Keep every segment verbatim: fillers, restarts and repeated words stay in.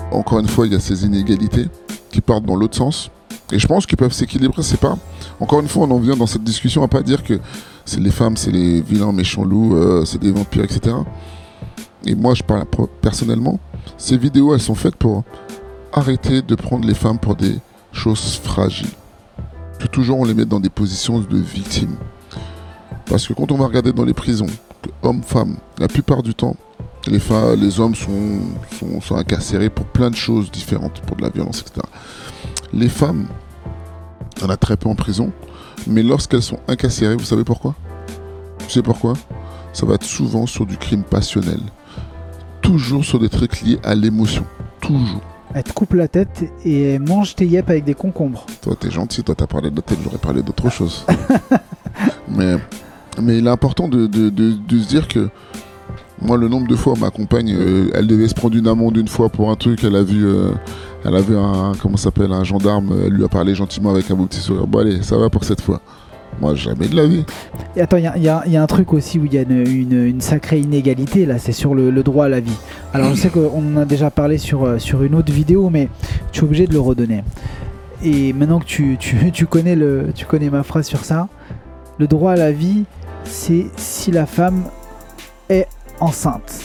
encore une fois, il y a ces inégalités qui partent dans l'autre sens. Et je pense qu'ils peuvent s'équilibrer. C'est pas. Encore une fois, on en vient dans cette discussion à pas dire que c'est les femmes, c'est les vilains méchants loups, euh, c'est des vampires, et cetera. Et moi, je parle personnellement. Ces vidéos, elles sont faites pour arrêter de prendre les femmes pour des choses fragiles. Que toujours on les met dans des positions de victimes. Parce que quand on va regarder dans les prisons, hommes, femmes, la plupart du temps, les, femmes, les hommes sont, sont, sont incarcérés pour plein de choses différentes, pour de la violence, et cetera. Les femmes, il y en a très peu en prison, mais lorsqu'elles sont incarcérées, vous savez pourquoi ? Vous savez pourquoi ? Ça va être souvent sur du crime passionnel. Toujours sur des trucs liés à l'émotion. Toujours. Elle te coupe la tête et mange tes yep avec des concombres. Toi, t'es gentil, toi, t'as parlé de la tête, j'aurais parlé d'autre chose. mais, mais il est important de, de, de, de se dire que moi, le nombre de fois, ma compagne, euh, elle devait se prendre une amende une fois pour un truc, elle a vu, euh, elle a vu un, comment ça s'appelle, un gendarme, elle lui a parlé gentiment avec un beau petit sourire. Bon, allez, ça va pour cette fois. Moi, jamais de la vie. Et attends, il y, y, y a un truc aussi où il y a une, une, une sacrée inégalité, là, c'est sur le, le droit à la vie. Alors, je sais qu'on en a déjà parlé sur, sur une autre vidéo, mais je suis obligé de le redonner. Et maintenant que tu, tu, tu, connais le, tu connais ma phrase sur ça, le droit à la vie, c'est si la femme est enceinte.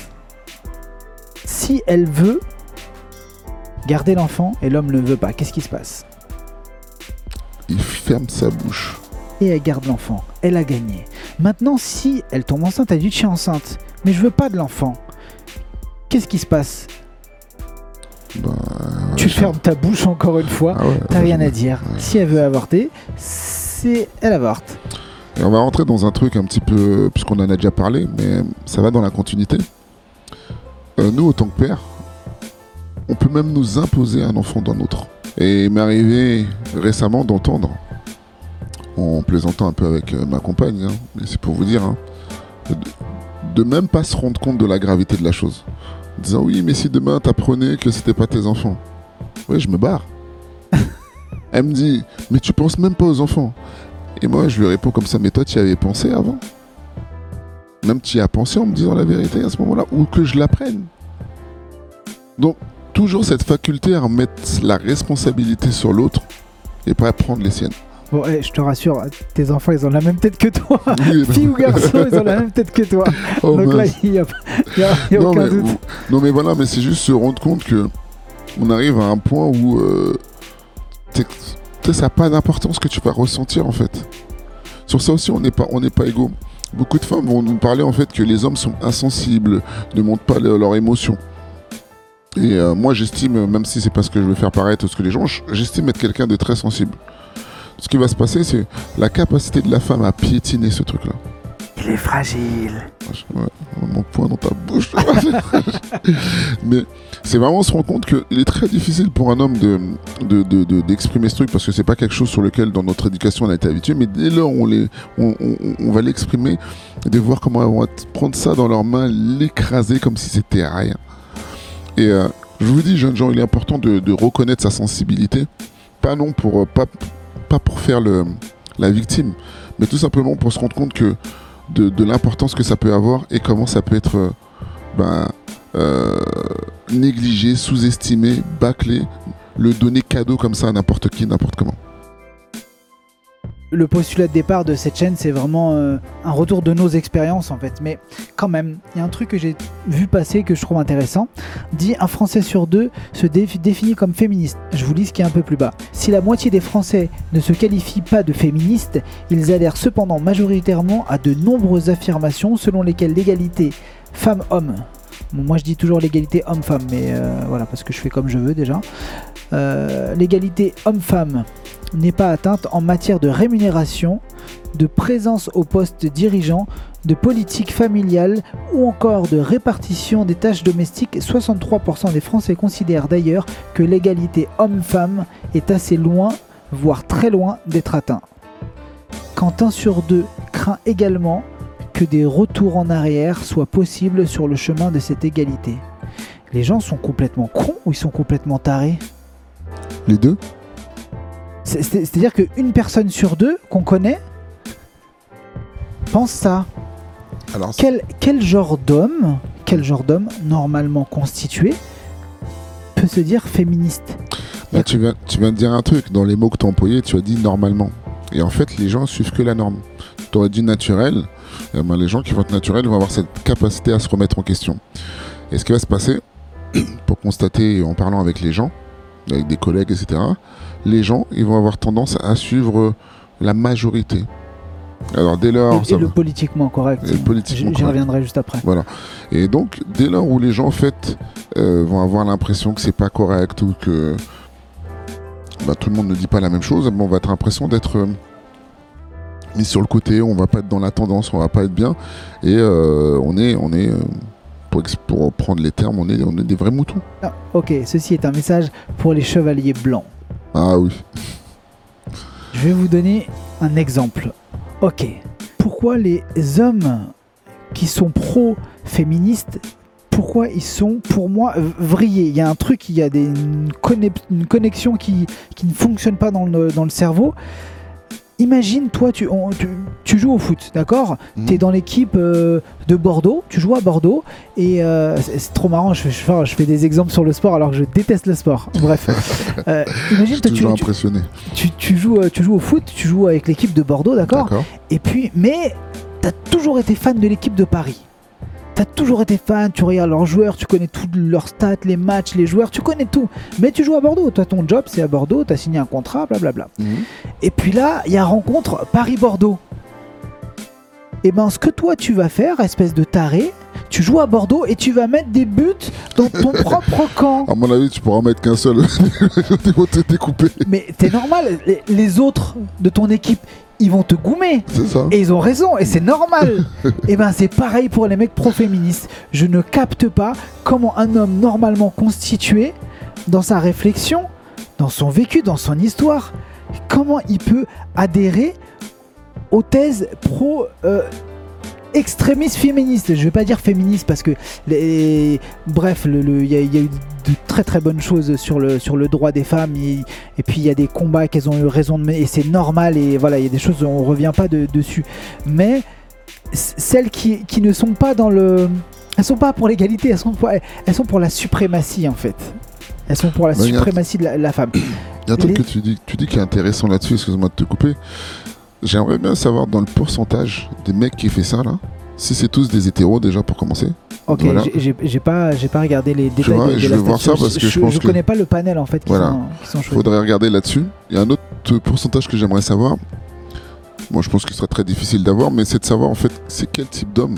Si elle veut garder l'enfant et l'homme ne veut pas, qu'est-ce qui se passe ? Il ferme sa bouche. Et elle garde l'enfant. Elle a gagné. Maintenant, si elle tombe enceinte, elle dit je suis enceinte, mais je veux pas de l'enfant. Qu'est-ce qui se passe ? Bah, Tu ouais, fermes ta bouche encore une fois. Ah ouais, t'as ouais, rien ouais, à dire. Ouais. Si elle veut avorter, c'est elle avorte. Et on va rentrer dans un truc un petit peu, puisqu'on en a déjà parlé, mais ça va dans la continuité. Euh, nous, en tant que père, on peut même nous imposer un enfant d'un autre. Et il m'est arrivé récemment d'entendre, en plaisantant un peu avec euh, ma compagne, hein, mais c'est pour vous dire, hein, de, de même pas se rendre compte de la gravité de la chose. En disant oui, mais si demain t'apprenais que c'était pas tes enfants, oui, je me barre. Elle me dit, mais tu penses même pas aux enfants. Et moi, je lui réponds comme ça, mais toi, tu y avais pensé avant ? Même tu y as pensé en me disant la vérité à ce moment-là, ou que je l'apprenne. Donc, toujours cette faculté à remettre la responsabilité sur l'autre et pas à prendre les siennes. Bon, hey, je te rassure, tes enfants, ils ont la même tête que toi. Oui, Fille ou garçon, ils ont la même tête que toi. Oh, donc mince. là, il n'y a, y a, y a non, aucun mais, doute. non, mais voilà, mais c'est juste se rendre compte que on arrive à un point où euh, ça n'a pas d'importance que tu vas ressentir en fait. Sur ça aussi, on n'est pas, on n'est pas égaux. Beaucoup de femmes vont nous parler en fait que les hommes sont insensibles, ne montrent pas le, leurs émotions. Et euh, moi, j'estime, même si c'est pas ce que je veux faire paraître ou ce que les gens, j'estime être quelqu'un de très sensible. Ce qui va se passer, c'est la capacité de la femme à piétiner ce truc-là. Il est fragile. Ouais, mon poing dans ta bouche. Mais c'est vraiment se rendre compte qu'il est très difficile pour un homme de, de, de, de, d'exprimer ce truc parce que c'est pas quelque chose sur lequel dans notre éducation on a été habitué. Mais dès lors on, les, on, on, on va l'exprimer, de voir comment elles vont prendre ça dans leurs mains, l'écraser comme si c'était rien. Et euh, je vous dis, jeunes gens, il est important de, de reconnaître sa sensibilité. Pas non pour, pas, pas pour faire le, la victime, mais tout simplement pour se rendre compte que De, de l'importance que ça peut avoir et comment ça peut être euh, ben, euh, négligé, sous-estimé, bâclé, le donner cadeau comme ça à n'importe qui, n'importe comment. Le postulat de départ de cette chaîne, c'est vraiment euh, un retour de nos expériences en fait. Mais quand même, il y a un truc que j'ai vu passer que je trouve intéressant. Dit un Français sur deux se dé- définit comme féministe. Je vous lis ce qui est un peu plus bas. Si la moitié des Français ne se qualifient pas de féministes, ils adhèrent cependant majoritairement à de nombreuses affirmations selon lesquelles l'égalité femmes-hommes, bon, moi je dis toujours l'égalité homme-femme, mais euh, voilà, parce que je fais comme je veux déjà. Euh, l'égalité homme-femme n'est pas atteinte en matière de rémunération, de présence au poste dirigeant, de politique familiale ou encore de répartition des tâches domestiques. soixante-trois pour cent des Français considèrent d'ailleurs que l'égalité homme-femme est assez loin, voire très loin d'être atteinte. Quand un sur deux craint également que des retours en arrière soient possibles sur le chemin de cette égalité. Les gens sont complètement cons ou ils sont complètement tarés ? Les deux ? C'est, c'est, c'est-à-dire qu'une personne sur deux qu'on connaît pense ça. Alors, Quel, quel genre d'homme, quel genre d'homme normalement constitué peut peut se dire féministe. Là, tu viens, tu viens de dire un truc. Dans les mots que tu as employés, tu as dit normalement. Et en fait, les gens suivent que la norme. Tu aurais dit naturel. Et ben, les gens qui vont être naturels vont avoir cette capacité à se remettre en question. Et ce qui va se passer, pour constater en parlant avec les gens, avec des collègues, et cetera, les gens, ils vont avoir tendance à suivre la majorité. Alors dès lors, et, et le politiquement correct. Et le politiquement J'y correct. reviendrai juste après. Voilà. Et donc dès lors où les gens en fait euh, vont avoir l'impression que c'est pas correct ou que bah, tout le monde ne dit pas la même chose, bon, on va avoir l'impression d'être euh, mis sur le côté, on va pas être dans la tendance, on va pas être bien, et euh, on est, on est euh, pour, pour prendre les termes, on est, on est des vrais moutons. Ah, ok, ceci est un message pour les chevaliers blancs. Ah oui. Je vais vous donner un exemple. Ok, pourquoi les hommes qui sont pro-féministes, pourquoi ils sont, pour moi, vrillés? Il y a un truc, il y a des, une, conne- une connexion qui, qui ne fonctionne pas dans le, dans le cerveau. Imagine, toi, tu, on, tu, tu joues au foot, d'accord? mmh. Tu es dans l'équipe euh, de Bordeaux, tu joues à Bordeaux, et euh, c'est, c'est trop marrant, je, je, je fais des exemples sur le sport alors que je déteste le sport. Bref, euh, imagine, toi, tu, impressionné. Tu, tu, joues, tu joues au foot, tu joues avec l'équipe de Bordeaux, d'accord, d'accord. Et puis, mais tu as toujours été fan de l'équipe de Paris. T'as toujours été fan, tu regardes leurs joueurs, tu connais tous leurs stats, les matchs, les joueurs, tu connais tout. Mais tu joues à Bordeaux, toi ton job c'est à Bordeaux, t'as signé un contrat, blablabla. Mmh. Et puis là, il y a rencontre Paris-Bordeaux. Et ben ce que toi tu vas faire, espèce de taré, tu joues à Bordeaux et tu vas mettre des buts dans ton propre camp. À mon avis, tu pourras en mettre qu'un seul. Ils vont te découper. Mais t'es normal, les, les autres de ton équipe, ils vont te goumer. C'est ça. Et ils ont raison, et c'est normal. Et ben c'est pareil pour les mecs pro-féministes. Je ne capte pas comment un homme normalement constitué, dans sa réflexion, dans son vécu, dans son histoire, comment il peut adhérer aux thèses pro euh, extrémistes féministes. Je vais pas dire féministes parce que les... bref, il le, y, y a eu de très très bonnes choses sur le, sur le droit des femmes, et, et puis il y a des combats qu'elles ont eu raison de mener, et c'est normal, et voilà, il y a des choses où on revient pas de, dessus, mais celles qui, qui ne sont pas dans le, elles sont pas pour l'égalité, elles sont pour, elles sont pour la suprématie en fait, elles sont pour la bah, suprématie de la, la femme. Il y a un truc Les... que tu dis, tu dis qui est intéressant là-dessus, excuse-moi de te couper, j'aimerais bien savoir dans le pourcentage des mecs qui fait ça là, si c'est tous des hétéros déjà pour commencer. Ok, voilà. j'ai, j'ai, pas, j'ai pas regardé les détails. Vois, de, de je la vais voir ça parce que je, je pense je que... connais pas le panel en fait qui voilà. sont, qui sont choisis. Faudrait regarder là-dessus. Il y a un autre pourcentage que j'aimerais savoir. Moi, je pense qu'il sera très difficile d'avoir, mais c'est de savoir en fait c'est quel type d'homme.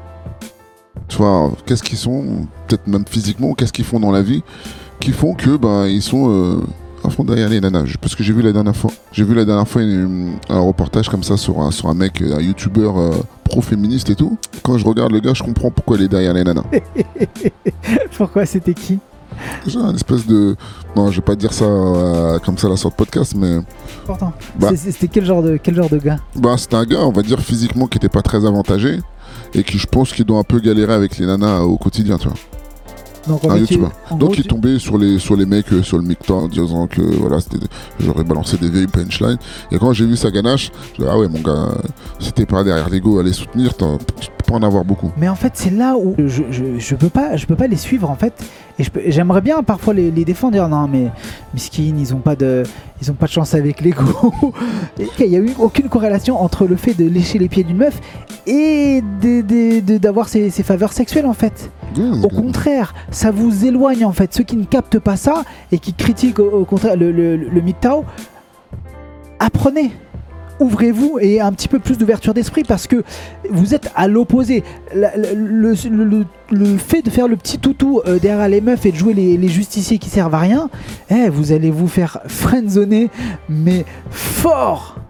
Tu vois, qu'est-ce qu'ils sont, peut-être même physiquement, qu'est-ce qu'ils font dans la vie, qui font que ben ils sont euh, à fond derrière les nanas. Parce que j'ai vu la dernière fois, j'ai vu la dernière fois une, un reportage comme ça sur un, sur un mec, un youtubeur euh, pro-féministe et tout. Quand je regarde le gars, je comprends pourquoi il est derrière les nanas. Pourquoi? C'était qui? J'ai un espèce de... Non, je vais pas dire ça euh, comme ça là sur le podcast, mais... Pourtant, bah, c'est, c'était quel genre, de, quel genre de gars? Bah, c'était un gars, on va dire, physiquement qui était pas très avantagé et qui, je pense, qui doit un peu galérer avec les nanas au quotidien, tu vois. Donc, un youtubeur. Tu... Donc gros, il tu... tombait sur les, sur les mecs, euh, sur le micta en disant que voilà, c'était, j'aurais balancé des vieilles punchlines. Et quand j'ai vu sa ganache, je dis ah ouais mon gars, si t'es pas derrière l'ego à les soutenir, tu peux pas en avoir beaucoup. Mais en fait c'est là où je, je, je, peux pas, je peux pas les suivre en fait. Et je peux, j'aimerais bien parfois les, les défendre, dire non mais miskin, ils ont pas de, ils ont pas de chance avec l'ego. Il y a eu aucune corrélation entre le fait de lécher les pieds d'une meuf et de, de, de, d'avoir ses, ses faveurs sexuelles en fait. Mmh, au contraire, ça vous éloigne en fait. Ceux qui ne captent pas ça et qui critiquent au, au contraire le, le, le, le M G T O W, apprenez, ouvrez-vous et un petit peu plus d'ouverture d'esprit parce que vous êtes à l'opposé. La, la, le, le, le, le fait de faire le petit toutou euh, derrière les meufs et de jouer les, les justiciers qui servent à rien, eh, vous allez vous faire friendzoner mais fort.